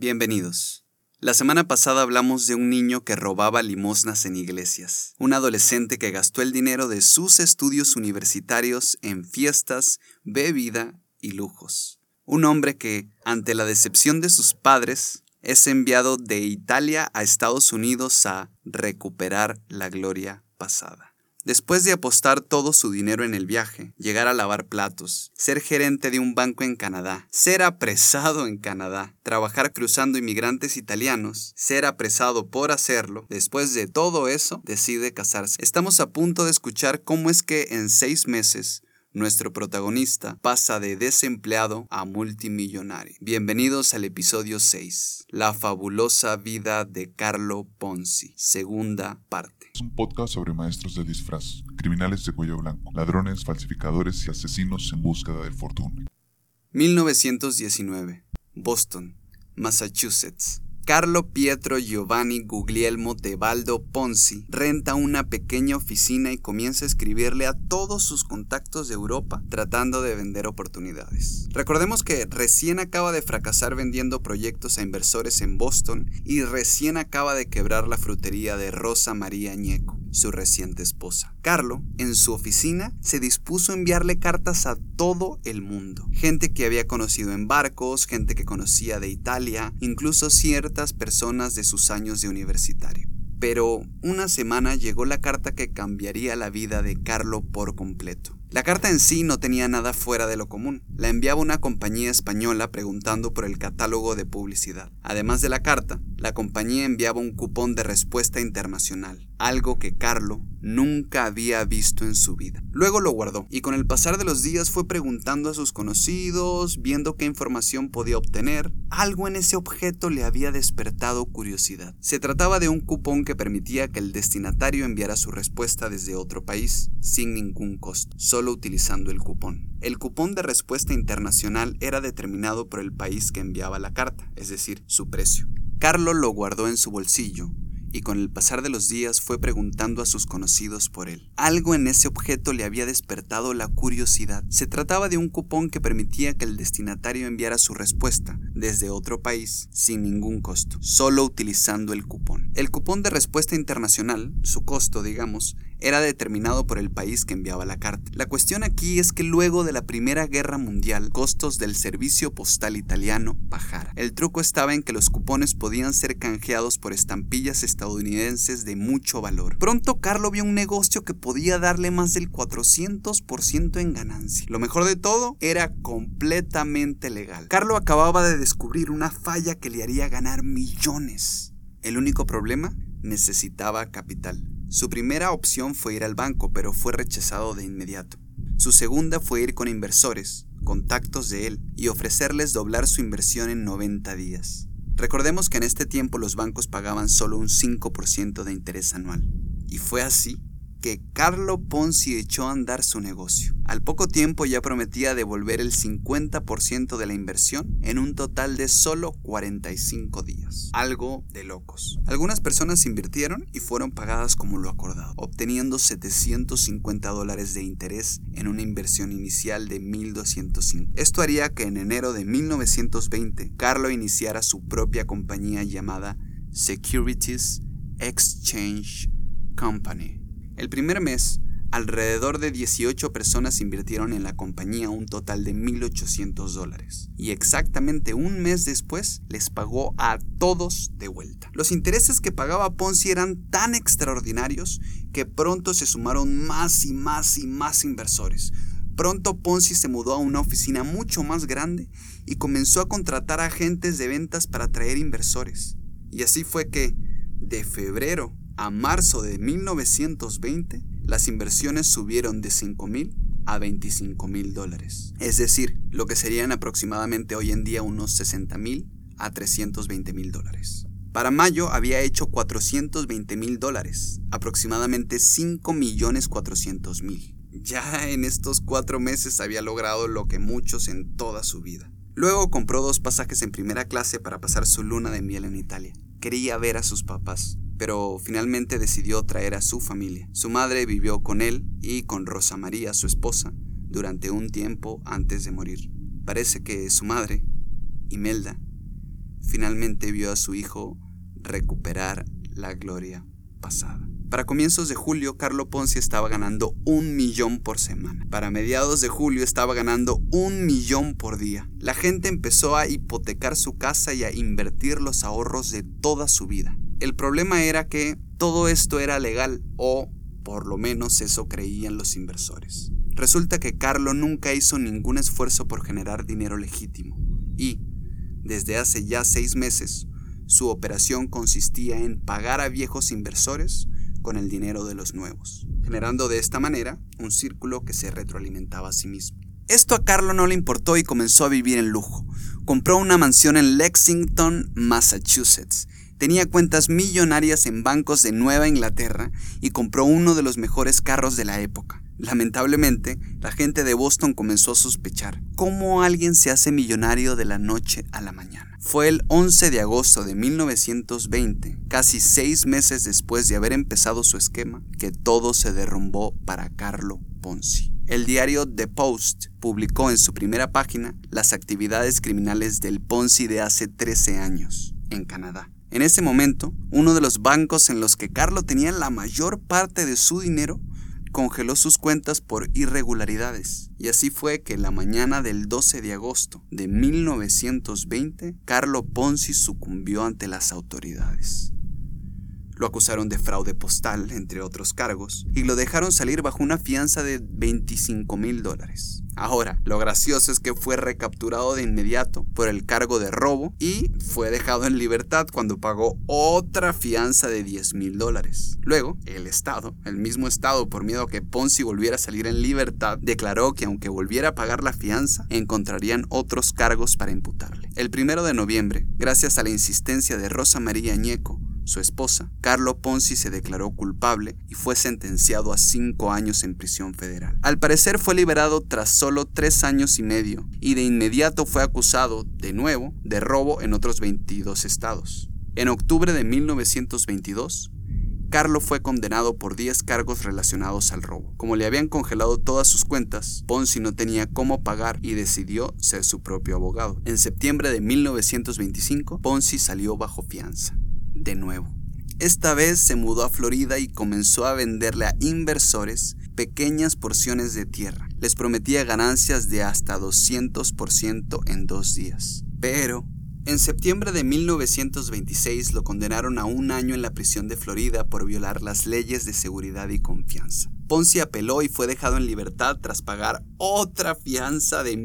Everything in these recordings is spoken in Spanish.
Bienvenidos. La semana pasada hablamos de un niño que robaba limosnas en iglesias, un adolescente que gastó el dinero de sus estudios universitarios en fiestas, bebida y lujos. Un hombre que, ante la decepción de sus padres, es enviado de Italia a Estados Unidos a recuperar la gloria pasada. Después de apostar todo su dinero en el viaje, llegar a lavar platos, ser gerente de un banco en Canadá, ser apresado en Canadá, trabajar cruzando inmigrantes italianos, ser apresado por hacerlo, después de todo eso, decide casarse. Estamos a punto de escuchar cómo es que en 6 meses, nuestro protagonista pasa de desempleado a multimillonario. Bienvenidos al episodio 6, La fabulosa vida de Carlo Ponzi, segunda parte. Es un podcast sobre maestros de disfraz, criminales de cuello blanco, ladrones, falsificadores y asesinos en búsqueda de fortuna. 1919, Boston, Massachusetts. Carlo Pietro Giovanni Guglielmo Tebaldo Ponzi renta una pequeña oficina y comienza a escribirle a todos sus contactos de Europa tratando de vender oportunidades. Recordemos que recién acaba de fracasar vendiendo proyectos a inversores en Boston y recién acaba de quebrar la frutería de Rosa María Ñeco, su reciente esposa. Carlo, en su oficina, se dispuso a enviarle cartas a todo el mundo. Gente que había conocido en barcos, gente que conocía de Italia, incluso ciertas personas de sus años de universitario. Pero una semana llegó la carta que cambiaría la vida de Carlo por completo. La carta en sí no tenía nada fuera de lo común. La enviaba una compañía española preguntando por el catálogo de publicidad. Además de la carta, la compañía enviaba un cupón de respuesta internacional, algo que Carlo nunca había visto en su vida. Luego lo guardó y con el pasar de los días fue preguntando a sus conocidos, viendo qué información podía obtener. Algo en ese objeto le había despertado curiosidad. Se trataba de un cupón que permitía que el destinatario enviara su respuesta desde otro país sin ningún costo, solo utilizando el cupón. El cupón de respuesta internacional era determinado por el país que enviaba la carta, es decir, su precio. Carlo lo guardó en su bolsillo y con el pasar de los días fue preguntando a sus conocidos por él. Algo en ese objeto le había despertado la curiosidad. Se trataba de un cupón que permitía que el destinatario enviara su respuesta desde otro país sin ningún costo, solo utilizando el cupón. El cupón de respuesta internacional, su costo, digamos, era determinado por el país que enviaba la carta. La cuestión aquí es que luego de la Primera Guerra Mundial, costos del servicio postal italiano bajaron. El truco estaba en que los cupones podían ser canjeados por estampillas estadounidenses de mucho valor. Pronto Carlo vio un negocio que podía darle más del 400% en ganancia. Lo mejor de todo, era completamente legal. Carlo acababa de descubrir una falla que le haría ganar millones. El único problema, necesitaba capital. Su primera opción fue ir al banco, pero fue rechazado de inmediato. Su segunda fue ir con inversores, contactos de él, y ofrecerles doblar su inversión en 90 días. Recordemos que en este tiempo los bancos pagaban solo un 5% de interés anual. Y fue así que Carlo Ponzi echó a andar su negocio. Al poco tiempo ya prometía devolver el 50% de la inversión en un total de solo 45 días. Algo de locos. Algunas personas invirtieron y fueron pagadas como lo acordado, obteniendo $750 de interés en una inversión inicial de $1,205. Esto haría que en enero de 1920, Carlo iniciara su propia compañía llamada Securities Exchange Company. El primer mes, alrededor de 18 personas invirtieron en la compañía un total de $1,800 y exactamente un mes después les pagó a todos de vuelta. Los intereses que pagaba Ponzi eran tan extraordinarios que pronto se sumaron más y más y más inversores. Pronto Ponzi se mudó a una oficina mucho más grande y comenzó a contratar agentes de ventas para atraer inversores. Y así fue que, de febrero a marzo de 1920, las inversiones subieron de $5,000 a $25,000. Es decir, lo que serían aproximadamente hoy en día unos $60,000 a $320,000. Para mayo había hecho $420,000, aproximadamente $5,400,000. Ya en estos 4 meses había logrado lo que muchos en toda su vida. Luego compró 2 pasajes en primera clase para pasar su luna de miel en Italia. Quería ver a sus papás, pero finalmente decidió traer a su familia. Su madre vivió con él y con Rosa María, su esposa, durante un tiempo antes de morir. Parece que su madre, Imelda, finalmente vio a su hijo recuperar la gloria pasada. Para comienzos de julio, Carlo Ponzi estaba ganando 1 millón por semana. Para mediados de julio estaba ganando 1 millón por día. La gente empezó a hipotecar su casa y a invertir los ahorros de toda su vida. El problema era que todo esto era legal, o por lo menos eso creían los inversores. Resulta que Carlo nunca hizo ningún esfuerzo por generar dinero legítimo y, desde hace ya 6 meses, su operación consistía en pagar a viejos inversores con el dinero de los nuevos, generando de esta manera un círculo que se retroalimentaba a sí mismo. Esto a Carlo no le importó y comenzó a vivir en lujo. Compró una mansión en Lexington, Massachusetts. Tenía cuentas millonarias en bancos de Nueva Inglaterra y compró uno de los mejores carros de la época. Lamentablemente, la gente de Boston comenzó a sospechar cómo alguien se hace millonario de la noche a la mañana. Fue el 11 de agosto de 1920, casi 6 meses después de haber empezado su esquema, que todo se derrumbó para Carlo Ponzi. El diario The Post publicó en su primera página las actividades criminales del Ponzi de hace 13 años, en Canadá. En ese momento, uno de los bancos en los que Carlo tenía la mayor parte de su dinero congeló sus cuentas por irregularidades. Y así fue que la mañana del 12 de agosto de 1920, Carlo Ponzi sucumbió ante las autoridades. Lo acusaron de fraude postal, entre otros cargos, y lo dejaron salir bajo una fianza de $25,000. Ahora, lo gracioso es que fue recapturado de inmediato por el cargo de robo y fue dejado en libertad cuando pagó otra fianza de $10,000. Luego, el mismo Estado, por miedo a que Ponzi volviera a salir en libertad, declaró que aunque volviera a pagar la fianza, encontrarían otros cargos para imputarle. El 1 de noviembre, gracias a la insistencia de Rosa María Añeco, su esposa, Carlo Ponzi se declaró culpable y fue sentenciado a 5 años en prisión federal. Al parecer fue liberado tras solo 3 años y medio y de inmediato fue acusado, de nuevo, de robo en otros 22 estados. En octubre de 1922, Carlo fue condenado por 10 cargos relacionados al robo. Como le habían congelado todas sus cuentas, Ponzi no tenía cómo pagar y decidió ser su propio abogado. En septiembre de 1925, Ponzi salió bajo fianza. De nuevo. Esta vez se mudó a Florida y comenzó a venderle a inversores pequeñas porciones de tierra. Les prometía ganancias de hasta 200% en 2 días. Pero en septiembre de 1926 lo condenaron a 1 año en la prisión de Florida por violar las leyes de seguridad y confianza. Ponzi apeló y fue dejado en libertad tras pagar otra fianza de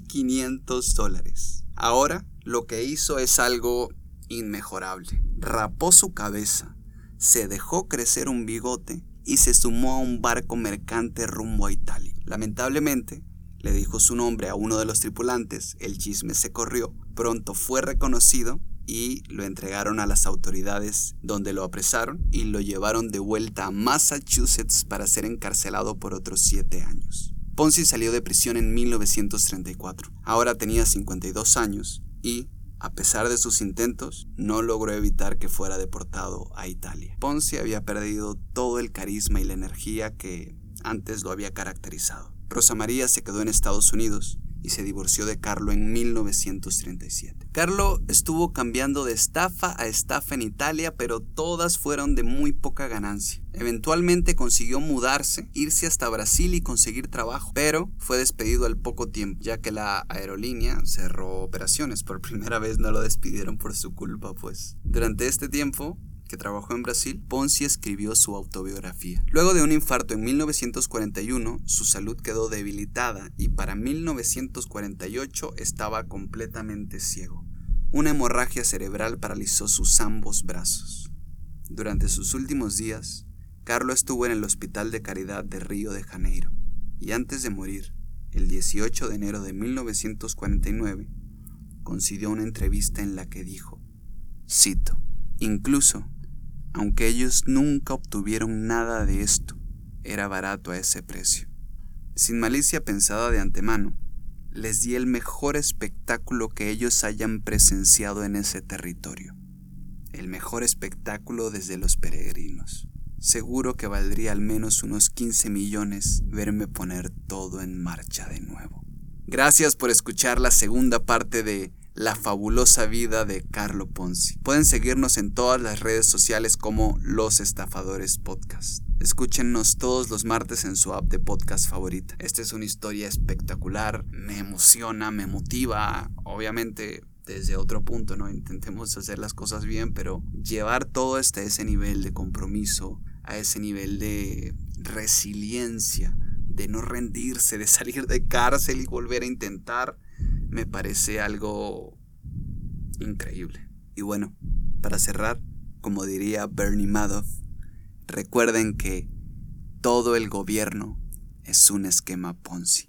$1,500. Ahora lo que hizo es algo inmejorable. Rapó su cabeza, se dejó crecer un bigote y se sumó a un barco mercante rumbo a Italia. Lamentablemente, le dijo su nombre a uno de los tripulantes, el chisme se corrió, pronto fue reconocido y lo entregaron a las autoridades, donde lo apresaron y lo llevaron de vuelta a Massachusetts para ser encarcelado por otros 7 años. Ponzi salió de prisión en 1934. Ahora tenía 52 años y, a pesar de sus intentos, no logró evitar que fuera deportado a Italia. Ponzi había perdido todo el carisma y la energía que antes lo había caracterizado. Rosa María se quedó en Estados Unidos y se divorció de Carlo en 1937. Carlo estuvo cambiando de estafa a estafa en Italia, pero todas fueron de muy poca ganancia. Eventualmente consiguió mudarse, irse hasta Brasil y conseguir trabajo, pero fue despedido al poco tiempo, ya que la aerolínea cerró operaciones. Por primera vez no lo despidieron por su culpa, pues. Durante este tiempo que trabajó en Brasil, Ponzi escribió su autobiografía. Luego de un infarto en 1941, su salud quedó debilitada y para 1948 estaba completamente ciego. Una hemorragia cerebral paralizó sus ambos brazos. Durante sus últimos días, Carlo estuvo en el Hospital de Caridad de Río de Janeiro y antes de morir, el 18 de enero de 1949, concedió una entrevista en la que dijo, cito, «Incluso, aunque ellos nunca obtuvieron nada de esto, era barato a ese precio. Sin malicia pensada de antemano, les di el mejor espectáculo que ellos hayan presenciado en ese territorio. El mejor espectáculo desde los peregrinos. Seguro que valdría al menos unos 15 millones verme poner todo en marcha de nuevo». Gracias por escuchar la segunda parte de La fabulosa vida de Carlo Ponzi. Pueden seguirnos en todas las redes sociales como Los Estafadores Podcast. Escúchenos todos los martes en su app de podcast favorita. Esta es una historia espectacular, me emociona, me motiva, obviamente desde otro punto, ¿no? Intentemos hacer las cosas bien, pero llevar todo hasta ese nivel de compromiso, a ese nivel de resiliencia, de no rendirse, de salir de cárcel y volver a intentar, me parece algo increíble. Y bueno, para cerrar, como diría Bernie Madoff, recuerden que todo el gobierno es un esquema Ponzi.